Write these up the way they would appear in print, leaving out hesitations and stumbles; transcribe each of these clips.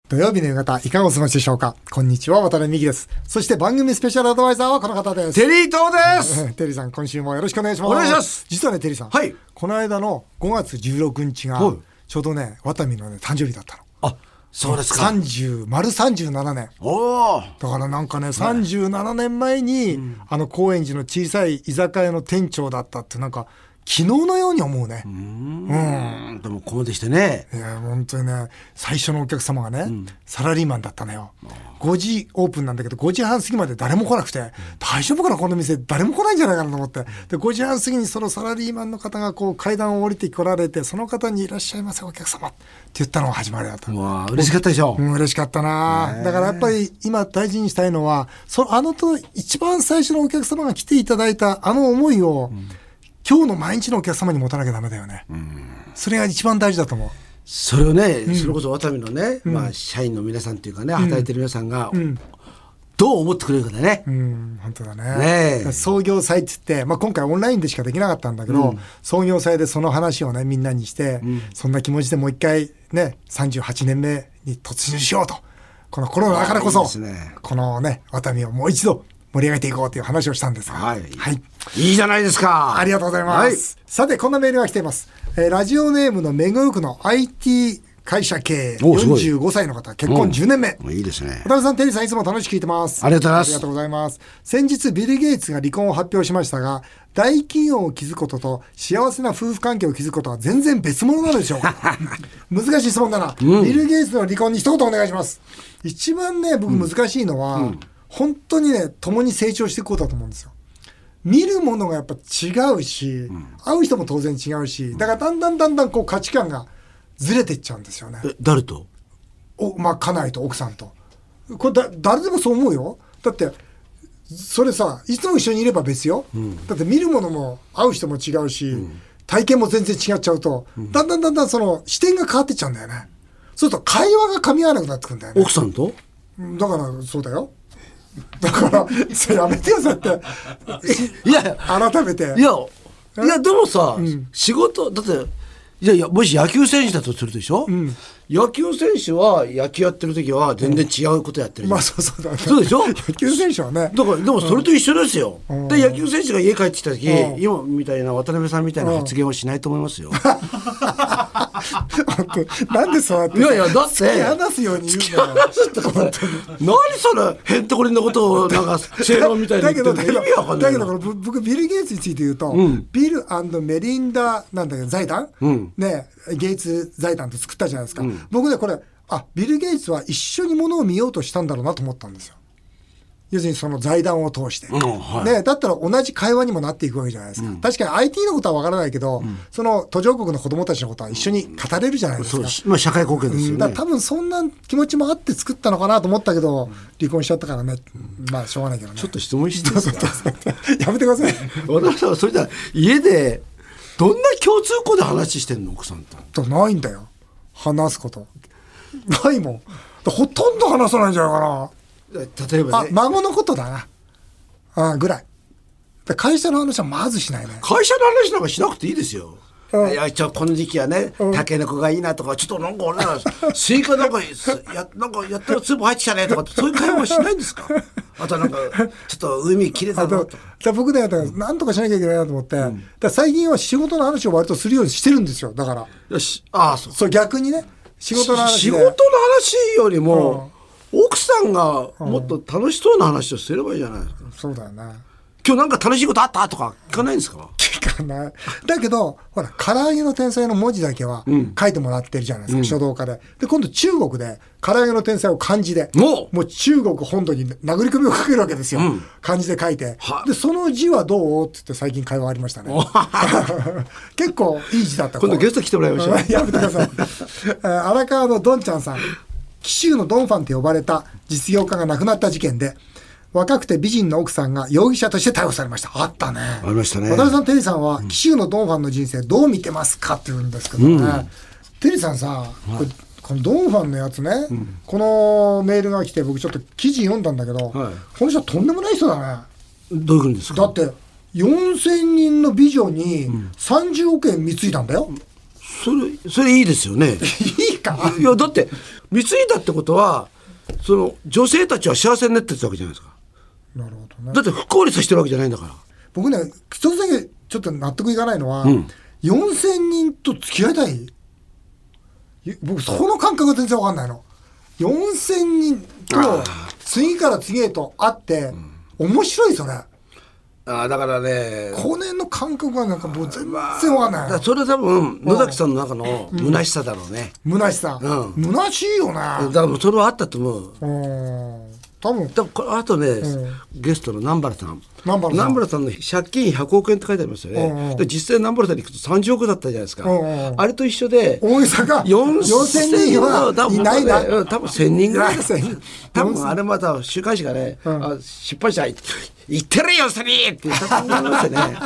土曜日の夕方いかがお過ごしでしょうか。こんにちは、渡辺美希です。そして番組スペシャルアドバイザーはこの方です。 テリー東ですテリーさん、今週もよろしくお願いします。 お願いします。 実はね、テリーさん、 はい、 この間の5月16日が、 はい、 ちょうどね、ワタミの、ね、誕生日だったの。 あ、そうですか。 丸37年。 おー。 だからなんかね、37年前に、高円寺の小さい居酒屋の店長だったって、なんか昨日のように思うね。 でもここまでしてね。 いや本当にね、最初のお客様がね、サラリーマンだったのよ。5時オープンなんだけど、5時半過ぎまで誰も来なくて、大丈夫かなこの店、誰も来ないんじゃないかなと思って。で5時半過ぎにそのサラリーマンの方がこう階段を降りてこられて、その方にいらっしゃいませお客様って言ったのが始まりだった。 わー、嬉しかったでしょ。 嬉しかったな。だからやっぱり今大事にしたいのは、一番最初のお客様が来ていただいたあの思いを、今日の毎日のお客様に持たなきゃダメだよね。それが一番大事だと思う。 それをね、それこそワタミのね、社員の皆さんっていうかね、働いてる皆さんが、どう思ってくれるかだね。 本当だね。創業祭って言って、今回オンラインでしかできなかったんだけど、創業祭でその話をね、みんなにして、そんな気持ちでもう一回ね、38年目に突入しようと。このコロナだからこそ、このね、ワタミをもう一度盛り上げていこうという話をしたんですが、 いいじゃないですか。 ありがとうございます。さて、こんなメールが来ています。ラジオネームの目黒区の IT 会社経営45歳の方、結婚10年目。 いいですね。 渡辺さん、テリーさん、いつも楽しく聞いてます。 ありがとうございます。 ありがとうございます。先日ビル・ゲイツが離婚を発表しましたが、大企業を築くことと幸せな夫婦関係を築くことは全然別物なのでしょうか。難しい質問だな。ビル・ゲイツの離婚に一言お願いします。一番ね、僕難しいのは、本当にね、共に成長していくことだと思うんですよ。見るものがやっぱ違うし、会う人も当然違うし、だからだんだんこう価値観がずれていっちゃうんですよね。 誰と？ 家内と奥さんと。これ誰でもそう思うよ。だってそれさ、いつも一緒にいれば別よ。だって見るものも会う人も違うし、体験も全然違っちゃうと、だんだんその視点が変わってっちゃうんだよね。そうすると会話が噛み合わなくなってくるんだよね。 奥さんと？ だからそうだよ。だからそれやめてよ、そうやって。いや改めて。 いやでもさ、仕事だって。いやもし野球選手だとするでしょ、野球選手は野球やってる時は全然違うことやってるじゃん。 そうだね。 そうでしょ。 野球選手はね。 だからでもそれと一緒ですよ。で野球選手が家帰ってきた時、今みたいな渡辺さんみたいな発言はしないと思いますよ。 なんでそうやって。 いやだって突き放すように言うんだよ。 何それへんてこりんなことをなんか正論みたいに言ってるの意味わかんない。 だけど僕ビル・ゲイツについて言うと、ビル&メリンダなんだけど財団、ね、ゲイツ財団って作ったじゃないですか。僕ねこれビル・ゲイツは一緒にものを見ようとしたんだろうなと思ったんですよ。要するにその財団を通して、ね、だったら同じ会話にもなっていくわけじゃないですか。確かに IT のことは分からないけど、その途上国の子どもたちのことは一緒に語れるじゃないですか。 社会貢献ですよね。 だから多分そんな気持ちもあって作ったのかなと思ったけど、離婚しちゃったからね、しょうがないけどね。 ちょっと質問していいですか。 やめてください。 渡辺さんはそれじゃ家でどんな共通項で話してんの奥さんと。 ないんだよ、話すことないもん。ほとんど話さないんじゃないかな。 例えばね、 孫のことだなぐらい。会社の話はまずしないね。 会社の話なんかしなくていいですよ。いやこの時期はね、タケノコがいいなとか、ちょっとなんか俺らスイカなんかやったらスープ入ってきたねとか、そういう会話はしないんですか。あとなんかちょっと海きれいだなとか。 僕ね、なんとかしなきゃいけないなと思って、最近は仕事の話を割とするようにしてるんですよ。だからそう逆にね、仕事の話よりも、奥さんがもっと楽しそうな話をすればいいじゃないですか。 そうだよね。 今日なんか楽しいことあったとか聞かないんですか。 聞かない。だけどほら、唐揚げの天才の文字だけは書いてもらってるじゃないですか、書道家で。で今度中国で唐揚げの天才を漢字で、もう中国本土に殴り込みをかけるわけですよ、漢字で書いて。でその字はどうって言って最近会話ありましたね。結構いい字だった。 今度ゲスト来てもらいましょう。 やめてください。荒川のどんちゃんさん、紀州のドンファンと呼ばれた実業家が亡くなった事件で、若くて美人の奥さんが容疑者として逮捕されました。あったね。 ありましたね。 渡辺さん、テリーさんは紀州のドンファンの人生どう見てますかって言うんですけどね、テリーさんさ、このドンファンのやつね、このメールが来て僕ちょっと記事読んだんだけど、この人はとんでもない人だね。 どういうことですか。 だって4000人の美女に30億円貢いだんだよ。 それいいですよね。 いいか。 いやだって貢いだってことはその女性たちは幸せになってるわけじゃないですか。 なるほどね。 だって不幸にさせてるわけじゃないんだから。 僕ね一つだけちょっと納得いかないのは、4000人と付き合いたい。僕その感覚が全然わかんないの。4000人と次から次へと会って、面白いそれ。 だからね、 この辺の感覚がなんかもう全然わかんない。 だからそれは多分野崎さんの中の虚しさだろうね。 虚しさ、虚しいよね。 だからそれはあったと思う。 多分あとね、ゲストの南原さんの借金100億円って書いてありますよね。で実際南原さんに行くと30億だったじゃないですか。あれと一緒で大阪4000人はいないな。 多分1000人ぐらいだ。多分あれまた週刊誌がね、出版社言ってるよそれって言ったと思いますよね。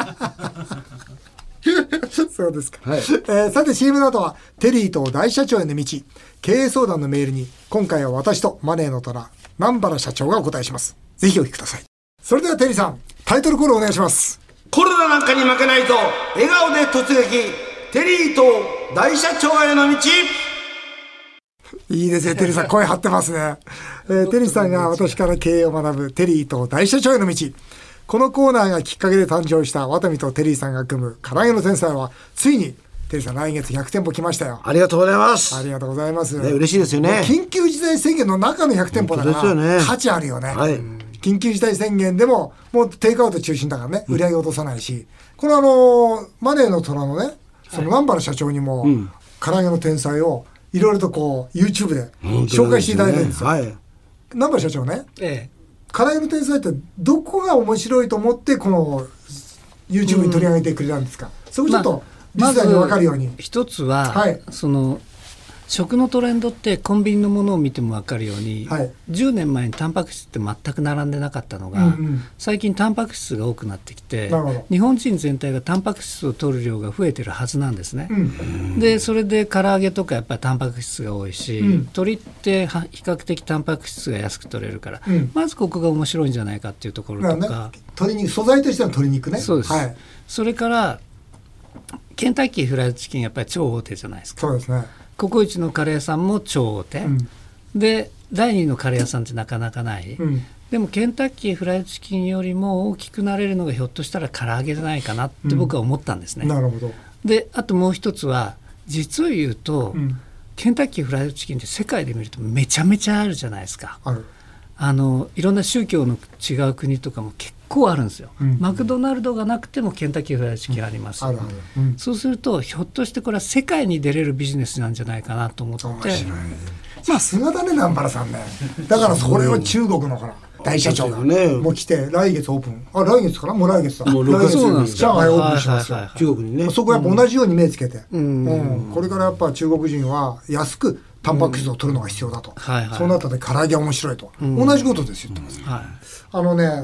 そうですか。さて CM の後はテリーと大社長への道、経営相談のメールに今回は私とマネーの虎南原社長がお答えします。ぜひお聞きください。それではテリーさん、タイトルコールお願いします。 コロナなんかに負けないと笑顔で突撃、テリーと大社長への道。 いいですね、テリーさん声張ってますね。テリーさんが私から経営を学ぶテリーと大社長への道。このコーナーがきっかけで誕生したワタミとテリーさんが組む唐揚げの天才はついにテリーさん来月100店舗来ましたよ。 ありがとうございます。 ありがとうございます、 嬉しいですよね。 緊急事態宣言の中の100店舗だから、ね、価値あるよね、緊急事態宣言でももうテイクアウト中心だからね、売り上げ落とさないし、このマネーの虎のね、その南原社長にも、唐揚げの天才をいろいろとこう YouTube で紹介していただいてるんですよ。南原社長ね、唐揚げの天才ってどこが面白いと思ってこの YouTube に取り上げてくれたんですか。そこちょっとリスナーに分かるように。 一つは、その食のトレンドってコンビニのものを見ても分かるように、10年前にタンパク質って全く並んでなかったのが、最近タンパク質が多くなってきて、日本人全体がタンパク質を摂る量が増えてるはずなんですね。でそれで唐揚げとかやっぱりタンパク質が多いし、鶏って比較的タンパク質が安く取れるから、まずここが面白いんじゃないかっていうところとか、 鶏肉素材としては鶏肉ね。 そうです、それからケンタッキーフライドチキンやっぱり超大手じゃないですか。 そうですね。 ココイチのカレー屋さんも超大手、で第2のカレー屋さんってなかなかない、でもケンタッキーフライドチキンよりも大きくなれるのがひょっとしたら唐揚げじゃないかなって僕は思ったんですね。 なるほど。であともう一つは実を言うと、ケンタッキーフライドチキンって世界で見るとめちゃめちゃあるじゃないですか。 ある。 いろんな宗教の違う国とかも結構あるんですよ。マクドナルドがなくてもケンタッキーフライドチキンあります。そうするとひょっとしてこれは世界に出れるビジネスなんじゃないかなと思って。面白いね。 さすがだね南原さんね。だからそれを中国のほら大社長がもう来て来月オープン。来月かな。もう来月だ。 もう6月に上海オープンしますよ。 中国にね。 そこやっぱ同じように目つけて、これからやっぱ中国人は安くタンパク質を取るのが必要だと、そうなったら唐揚げは面白いと、同じことですよ、言ってます。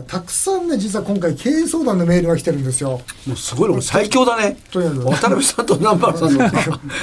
たくさんね実は今回経営相談のメールが来てるんですよ。 もうすごいの最強だね。渡辺さんと南原さんのもう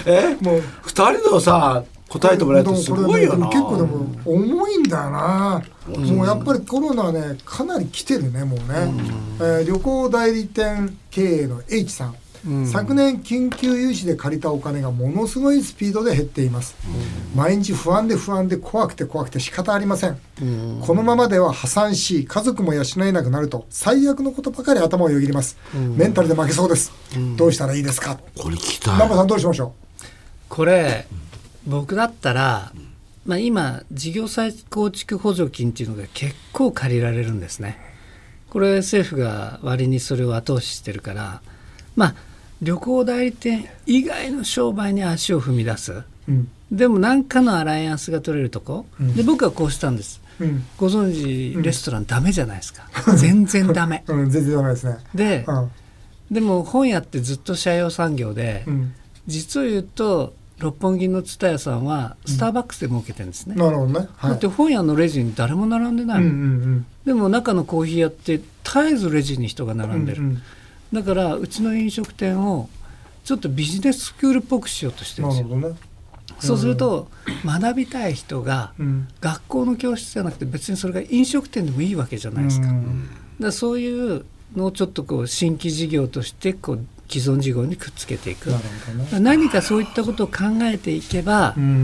2人のさ答えてもらえてすごいよな。 結構でも重いんだよな。もうやっぱりコロナねかなり来てるねもうね。旅行代理店経営の H さん、昨年緊急融資で借りたお金がものすごいスピードで減っています。毎日不安で怖くて仕方ありません。このままでは破産し家族も養えなくなると最悪のことばかり頭をよぎります。メンタルで負けそうです。どうしたらいいですか。 これ聞きたい。 南原さんどうしましょう。 これ僕だったら、今事業再構築補助金っていうのが結構借りられるんですね。これ政府が割にそれを後押ししてるから、旅行代理店以外の商売に足を踏み出す、でも何かのアライアンスが取れるとこ、で僕はこうしたんです、ご存知レストランダメじゃないですか、全然ダメ、 全然ダメですね。 でも本屋ってずっと社用産業で、実を言うと六本木の蔦屋さんはスターバックスで儲けてるんですね。 なるほどね。 だって本屋のレジに誰も並んでないの、でも中のコーヒー屋って絶えずレジに人が並んでる、だからうちの飲食店をちょっとビジネススクールっぽくしようとしてるんですよ。そうすると学びたい人が学校の教室じゃなくて別にそれが飲食店でもいいわけじゃないですか。だからそういうのをちょっとこう新規事業としてこう既存事業にくっつけていく。何かそういったことを考えていけば、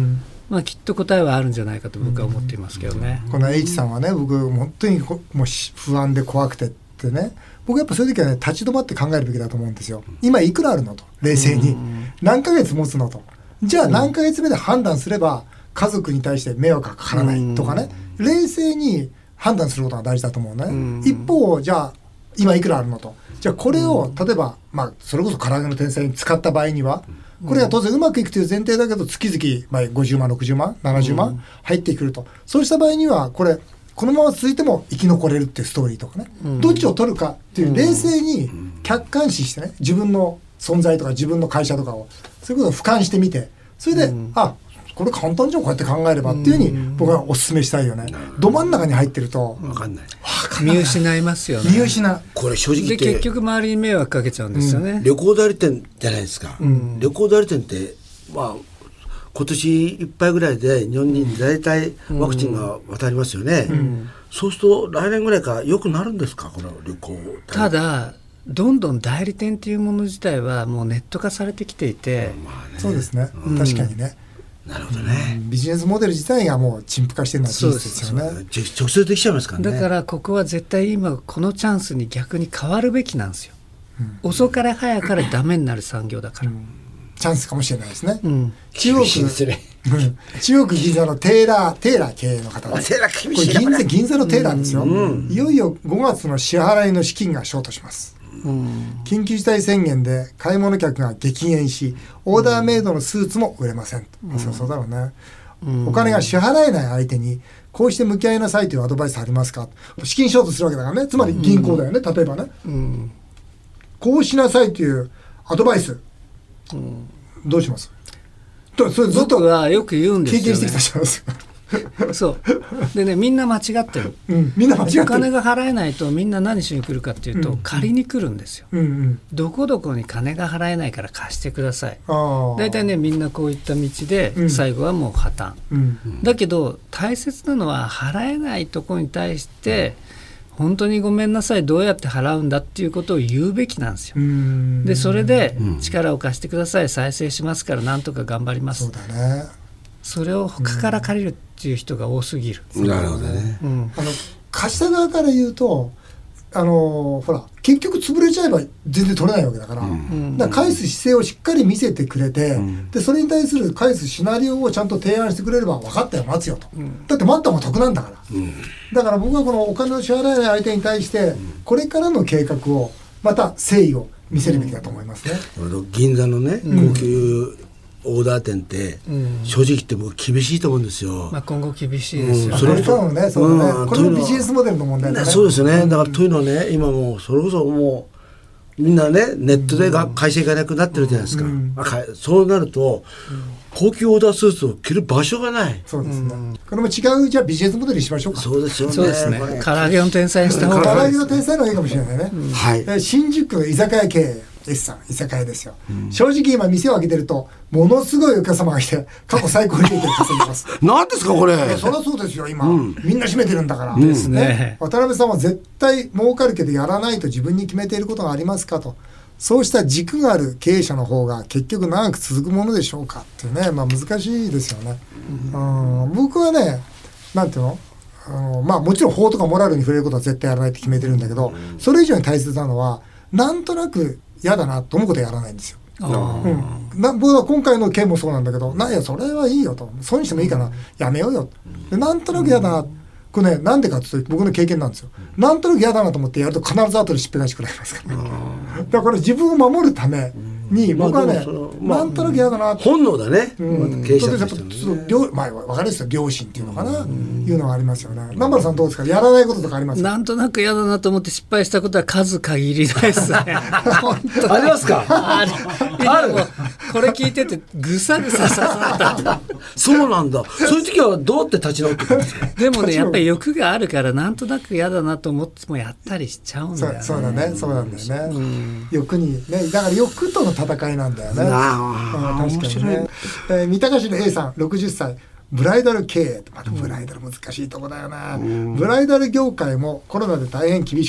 まあ、きっと答えはあるんじゃないかと僕は思っていますけどね。 この H さんはね、僕本当にもう不安で怖くてってね、僕やっぱそういう時はね、立ち止まって考えるべきだと思うんですよ。今いくらあるのと、冷静に何ヶ月持つのと、じゃあ何ヶ月目で判断すれば家族に対して迷惑がかからないとかね、冷静に判断することが大事だと思うね。一方、じゃあ今いくらあるのと、じゃあこれを例えば、まあ、それこそ唐揚げの天才に使った場合には、これが当然うまくいくという前提だけど、月々、まあ、50万60万70万入ってくると、そうした場合にはこのまま続いても生き残れるっていうストーリーとかね、どっちを取るかっていう冷静に客観視してね、自分の存在とか自分の会社とかをそういうことを俯瞰してみて、それで、これ簡単じゃん、こうやって考えればっていうふうに僕はお勧めしたいよね。ど真ん中に入ってると分かんない、 見失いますよね。 見失う。 これ正直言ってで結局周りに迷惑かけちゃうんですよね。 旅行代理店じゃないですか、旅行代理店ってまあ今年いっぱいぐらいで日本に大体ワクチンが渡りますよね、そうすると来年ぐらいから良くなるんですか、この旅行。 ただどんどん代理店っていうもの自体はもうネット化されてきていて、 そうですね、確かにね。 なるほどね、 ビジネスモデル自体がもう陳腐化してるのは事実ですよね。 直接できちゃいますからね。 だからここは絶対今このチャンスに逆に変わるべきなんですよ、遅かれ早かれダメになる産業だから、 チャンスかもしれないですね。 中国中国銀座のテーラー経営の方です。 テーラー厳しいな、 これ銀座のテーラーですよ、いよいよ5月の支払いの資金がショートします。緊急事態宣言で買い物客が激減し、オーダーメイドのスーツも売れません、そうだろうね、お金が支払えない相手にこうして向き合いなさいというアドバイスありますか。資金ショートするわけだからね、つまり銀行だよね、例えばね、こうしなさいというアドバイス、どうします。それずっと僕はよく言うんですよね、 経験してきた人ですそうでね、みんな間違ってる、 みんな間違ってる。 お金が払えないとみんな何しに来るかっていうと、借りに来るんですよ、どこどこに金が払えないから貸してください。大体ね、みんなこういった道で最後はもう破綻、だけど大切なのは払えないところに対して本当にごめんなさい、どうやって払うんだっていうことを言うべきなんですよ。でそれで力を貸してください、再生しますからなんとか頑張ります。 そうだね。 それを他から借りるっていう人が多すぎる。 なるほどね。 貸した側から言うと、ほら結局潰れちゃえば全然取れないわけだから、だから返す姿勢をしっかり見せてくれて、でそれに対する返すシナリオをちゃんと提案してくれれば、分かったよ待つよと、だって待った方が得なんだから、だから僕はこのお金を支払えない相手に対してこれからの計画をまた誠意を見せるべきだと思いますね。 銀座のね、高級オーダー店って正直言って僕厳しいと思うんですよ。 今後厳しいですよね。 それとね、そうだね、これもビジネスモデルの問題だね。 そうですよね。だからというのはね、今もうそれこそもうみんなねネットで会社行かなくなってるじゃないですか。そうなると高級オーダースーツを着る場所がない。 そうですね。これも違うじゃあビジネスモデルにしましょうか。 そうですよね。 そうですね。唐揚げの天才にした方が唐揚げの天才の方がいいかもしれないね。 はい。 新宿居酒屋経営。S さん居酒屋ですよ、正直今店を開けてるとものすごいお客様が来て過去最高利益を稼いでます何ですかこれ。 そりゃそうですよ今、みんな閉めてるんだから、 ですね。 渡辺さんは絶対儲かるけどやらないと自分に決めていることがありますかと、そうした軸がある経営者の方が結局長く続くものでしょうかっていうね、難しいですよね、僕はね、なんていうの、もちろん法とかモラルに触れることは絶対やらないって決めてるんだけど、それ以上に大切なのはなんとなく嫌だなと思うことはやらないんですよ。僕は今回の件もそうなんだけど、いやそれはいいよと、そうにしてもいいかな、やめようよで、なんとなく嫌だな、これね、なんでかっていうと僕の経験なんですよ。なんとなく嫌だなと思ってやると必ず後でしっぺ返し食らいますから、だからこれ自分を守るために僕はね、なんとなく嫌だなって、 本能だね、経営者として分かりですよ、良心っていうのかな、いうのがありますよね。南原さんどうですか、やらないこととかありますか。 なんとなく嫌だなと思って失敗したことは数限りないですねありますか。 ある。これ聞いててぐさぐさ刺さった。 そうなんだ。そういう時はどうやって立ち直ってくるんですか。 でもね、やっぱり欲があるからなんとなく嫌だなと思ってもやったりしちゃうんだよね。 そうだね、そうなんだよね、欲にね、だから欲との戦いなんだよね。確かにね。三鷹市の A さん60歳、ブライダル経営、またブライダル難しいとこだよな、ブライダル業界もコロナで大変厳しく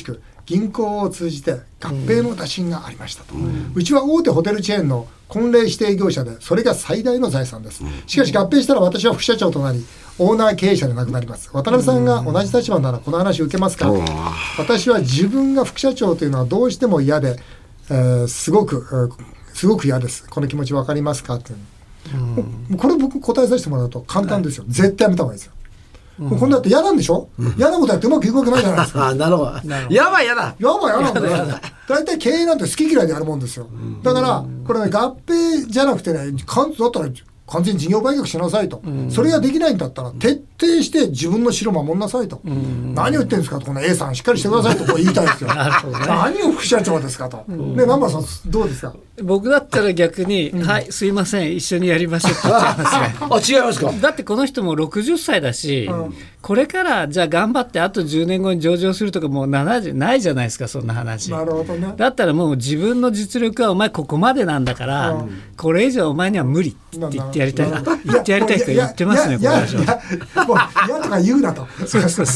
銀行を通じて合併の打診がありましたと、うちは大手ホテルチェーンの婚礼指定業者でそれが最大の財産です。しかし合併したら私は副社長となりオーナー経営者でなくなります。渡辺さんが同じ立場ならこの話受けますか。私は自分が副社長というのはどうしても嫌で、すごく嫌です。この気持ち分かりますかって、これ僕答えさせてもらうと簡単ですよ、絶対やめた方がいいですよ。こんなって嫌なんでしょ、嫌なことやってうまくいくわけないじゃないですか。 なるほど。やばいやだ。 やばい嫌なんだよ。大体経営なんて好き嫌いでやるもんですよ。だからこれね、合併じゃなくてね、だったら完全に事業売却しなさいと、それができないんだったら徹底して自分の城を守んなさいと、何を言ってるんですかと、この A さんしっかりしてくださいとこう言いたいですよ。何を副社長ですかと、ね、南原さんどうですか。 僕だったら逆に、はいすいません一緒にやりましょうって言っちゃいますね。 違いますか。 だってこの人も60歳だし、これからじゃあ頑張ってあと10年後に上場するとかもう70ないじゃないですか、そんな話。 なるほどね。 だったらもう自分の実力はお前ここまでなんだから、これ以上お前には無理って言ってやりたいな、言ってやりたい人言ってますね。これ以上もう嫌とか言うなと。そう面白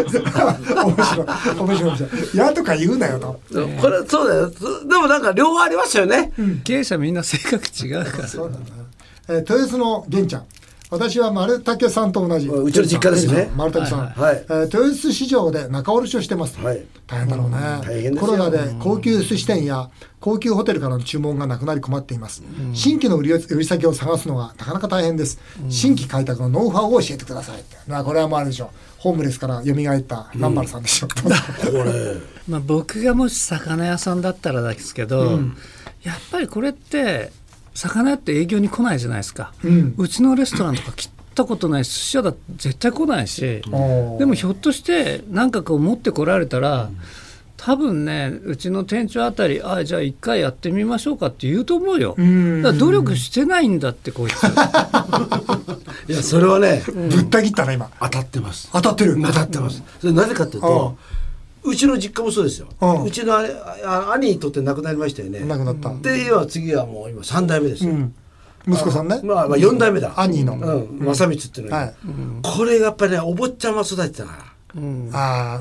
い嫌とか言うなよと。 これそうだよ。でもなんか両方ありますよね。 経営者みんな性格違うから。 そうだね。豊洲の玄ちゃん、私は丸武さんと同じうちの実家ですね。 丸武さん、豊洲市場で仲卸をしてます、大変だろうね。コロナで高級寿司店や高級ホテルからの注文がなくなり困っています、新規の売り先を探すのがなかなか大変です、新規開拓のノウハウを教えてくださいって。これはもうあるでしょ、ホームレスから蘇った南原さんでしょ、 僕がもし魚屋さんだったらですけど、やっぱりこれって魚屋って営業に来ないじゃないですか、うちのレストランとか来たことないし、寿司屋だって絶対来ないし、でもひょっとして何かこう持ってこられたら、多分ね、うちの店長あたり、じゃあ一回やってみましょうかって言うと思うよ。だから努力してないんだってこいつ。 いやそれはね、 ぶった切ったな今。 当たってます。 当たってる。 当たってます。それなぜかというと、うちの実家もそうですよ。うちの兄にとって亡くなりましたよね。 亡くなった。 で次はもう今3代目ですよ。 息子さんね。 まあ4代目だ。 兄の正光っていうのは、これがやっぱりね、お坊ちゃま育てたから。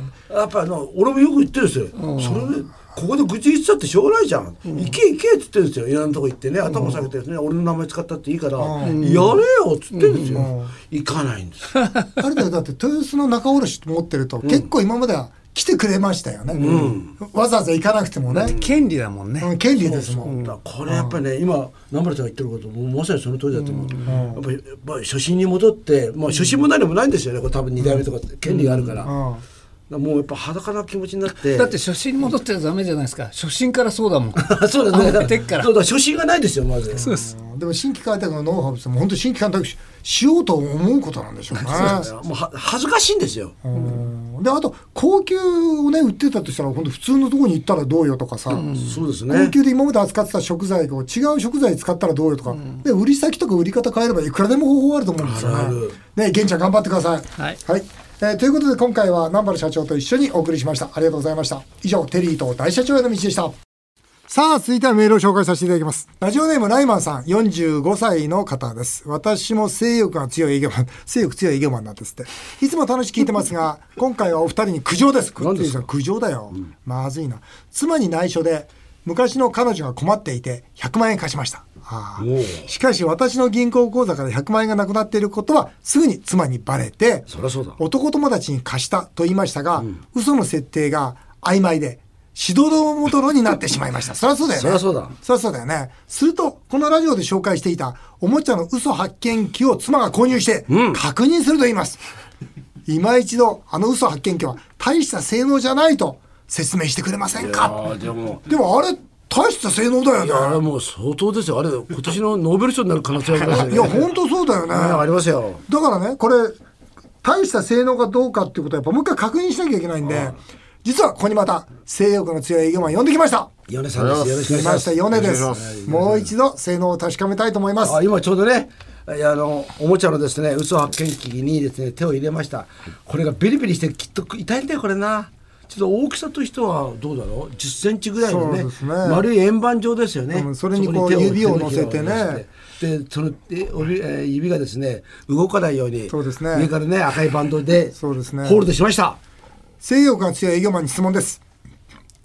やっぱり俺もよく言ってるんですよ。それでここで愚痴言ってたってしょうがないじゃん。行け行けって言ってるんですよ。いろんなとこ行ってね、頭下げてですね、俺の名前使ったっていいからやれよって言ってるんですよ。行かないんです。 あれだよ、だって豊洲の仲卸持ってると結構今までは来てくれましたよね、わざわざ行かなくてもね。 権利だもんね、 権利ですもん。 これやっぱりね、今南原さんが言ってることもまさにその通りだと思う。やっぱり初心に戻って、初心も何もないんですよね。これ多分2代目とか権利があるから、もうやっぱ裸な気持ちになって。 だって初心に戻ってはダメじゃないですか。初心からそうだもん。 そうだね。 そうだ、初心がないですよまず。 そうです。 でも新規開拓のノウハウって本当新規開拓しようと思うことなんでしょうね。 もう恥ずかしいんですよ。 であと高級をね売ってたとしたら本当普通のところに行ったらどうよとかさ、 そうですね。 高級で今まで扱ってた食材を違う食材使ったらどうよとか、で売り先とか売り方変えればいくらでも方法あると思うんですよね。ね、玄ちゃん頑張ってください。はい。ということで今回は南原社長と一緒にお送りしました。ありがとうございました。以上、テリーと大社長への道でした。さあ続いてはメールを紹介させていただきます。ラジオネームライマンさん、45歳の方です。私も性欲が強い営業マン、性欲強い営業マンなんですって。いつも楽しく聞いてますが今回はお二人に苦情です。 何ですか？ 苦情だよ、まずいな。妻に内緒で昔の彼女が困っていて100万円貸しました。しかし私の銀行口座から100万円がなくなっていることはすぐに妻にバレて、男友達に貸したと言いましたが、嘘の設定が曖昧でしどろもどろになってしまいました。そりゃそうだよね。そりゃそうだよね。するとこのラジオで紹介していたおもちゃの嘘発見器を妻が購入して確認すると言います、今一度あの嘘発見器は大した性能じゃないと説明してくれませんか。でもあれ大した性能だよね。 あれもう相当ですよ。あれ今年のノーベル賞になる可能性ありますよね。 いや本当そうだよね。 ありますよ。 だからね、これ大した性能かどうかっていうことはやっぱもう一回確認しなきゃいけないんで、実はここにまた性欲の強い営業マン呼んできました。 米さんです。よろしくお願いします。 米です。もう一度性能を確かめたいと思います。 今ちょうどね、おもちゃのですね嘘発見器にですね手を入れました。これがビリビリしてきっと痛いんだよこれな。ちょっと大きさとしてはどうだろう、10センチぐらいの ね丸い円盤状ですよね、 それにこう指を乗せてね、 でその指がですね動かないようにそうです、ね、 上からね赤いバンドでホールドしました。 性欲が強い営業マンに質問です。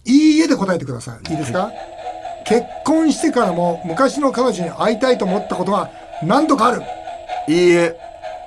いいえで答えてください。いいですか？結婚してからも昔の彼女に会いたいと思ったことが何度かある。 いいえ。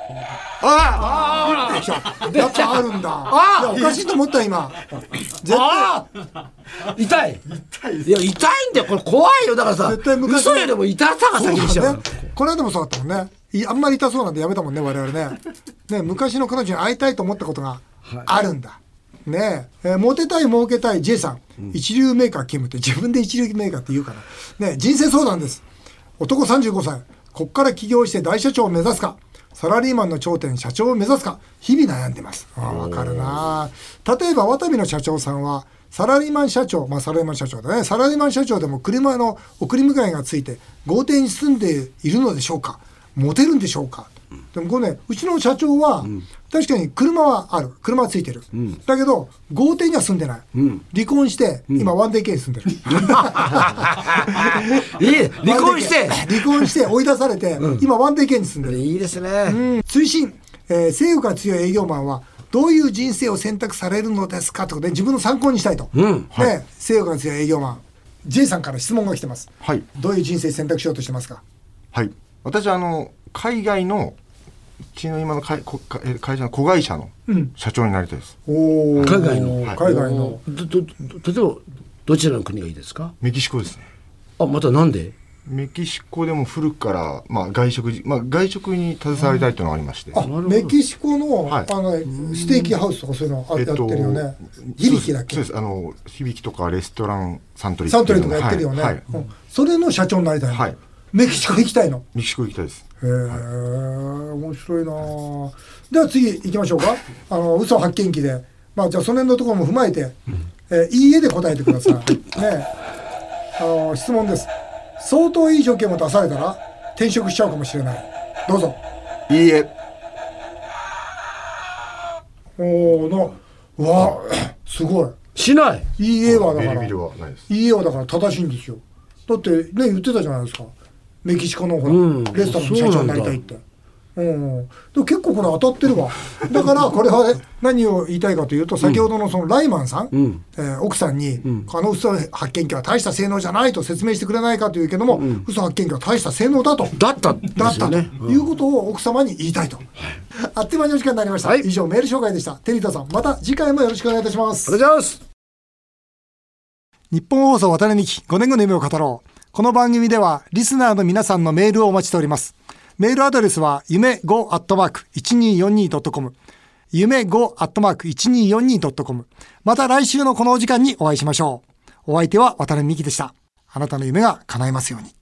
ああ、やっぱあるんだ。いや、おかしいと思った今。絶対痛い。いや、痛いんだよ。これ怖いよ。だからさ、 絶対昔嘘よりも痛さが先にしちゃう。 この間もそうだったもんね。あんまり痛そうなんでやめたもんね、我々ね。ね、昔の彼女に会いたいと思ったことがあるんだ。ねモテたい儲けたい J さん、一流メーカー勤務って自分で一流メーカーって言うから。ね、人生相談です。男35歳。こっから起業して大社長を目指すか。サラリーマンの頂点社長を目指すか、日々悩んでます。わかるな。例えばワタミの社長さんはサラリーマン社長、サラリーマン社長だね。サラリーマン社長でも車の送り迎えがついて豪邸に住んでいるのでしょうか。モテるんでしょうか。でもこれね、うちの社長は、確かに車はある。車はついてる。だけど豪邸には住んでない。離婚して、今 1DK に住んでる。 離婚して追い出されて、今 1DK に住んでる。 いいですね。 追伸、性欲が強い営業マンはどういう人生を選択されるのですかとかね、自分の参考にしたいと。ね、性欲が強い営業マン J さんから質問が来てます。 はい。 どういう人生選択しようとしてますか？ はい。私海外のうちの今の会社の子会社の社長になりたいです。 お海外の、 海外の例えばどちらの国がいいですか？ メキシコですね。 あ、またなんで？ メキシコでも古くから、外食に携わりたいというのがありまして。 メキシコの、ステーキハウスとかそういうのやってるよね。響だっけ？ そうです。響とかレストランサントリーとかやってるよね。それの社長になりたい。はい。メキシコ行きたいの？ メキシコ行きたいです。 へえ、面白いな。では次行きましょうか。嘘発見器で、じゃあその辺のところも踏まえて、いいえで答えてください。ね、質問です。相当いい条件を出されたら転職しちゃうかもしれない。どうぞ。 いいえ。 すごい。 しない。 いいえはだから。 ビリビリはないです。 いいえはだから正しいんですよ。だってね、言ってたじゃないですか。メキシコのほら、レストランの社長になりたいって。でも結構これ当たってるわ。だからこれは何を言いたいかというと、先ほどのそのライマンさん、奥さんに、嘘発見器は大した性能じゃないと説明してくれないかというけども、嘘発見器は大した性能だと。 だったということを奥様に言いたいと。あっという間にお時間になりました。以上メール紹介でした。テリータさん、また次回もよろしくお願いいたします。 お願いします。 日本放送渡辺美希5年後の夢を語ろう。この番組ではリスナーの皆さんのメールをお待ちしております。メールアドレスは夢 5@1242.com 夢 5@1242.com。 また来週のこのお時間にお会いしましょう。お相手は渡辺美希でした。あなたの夢が叶いますように。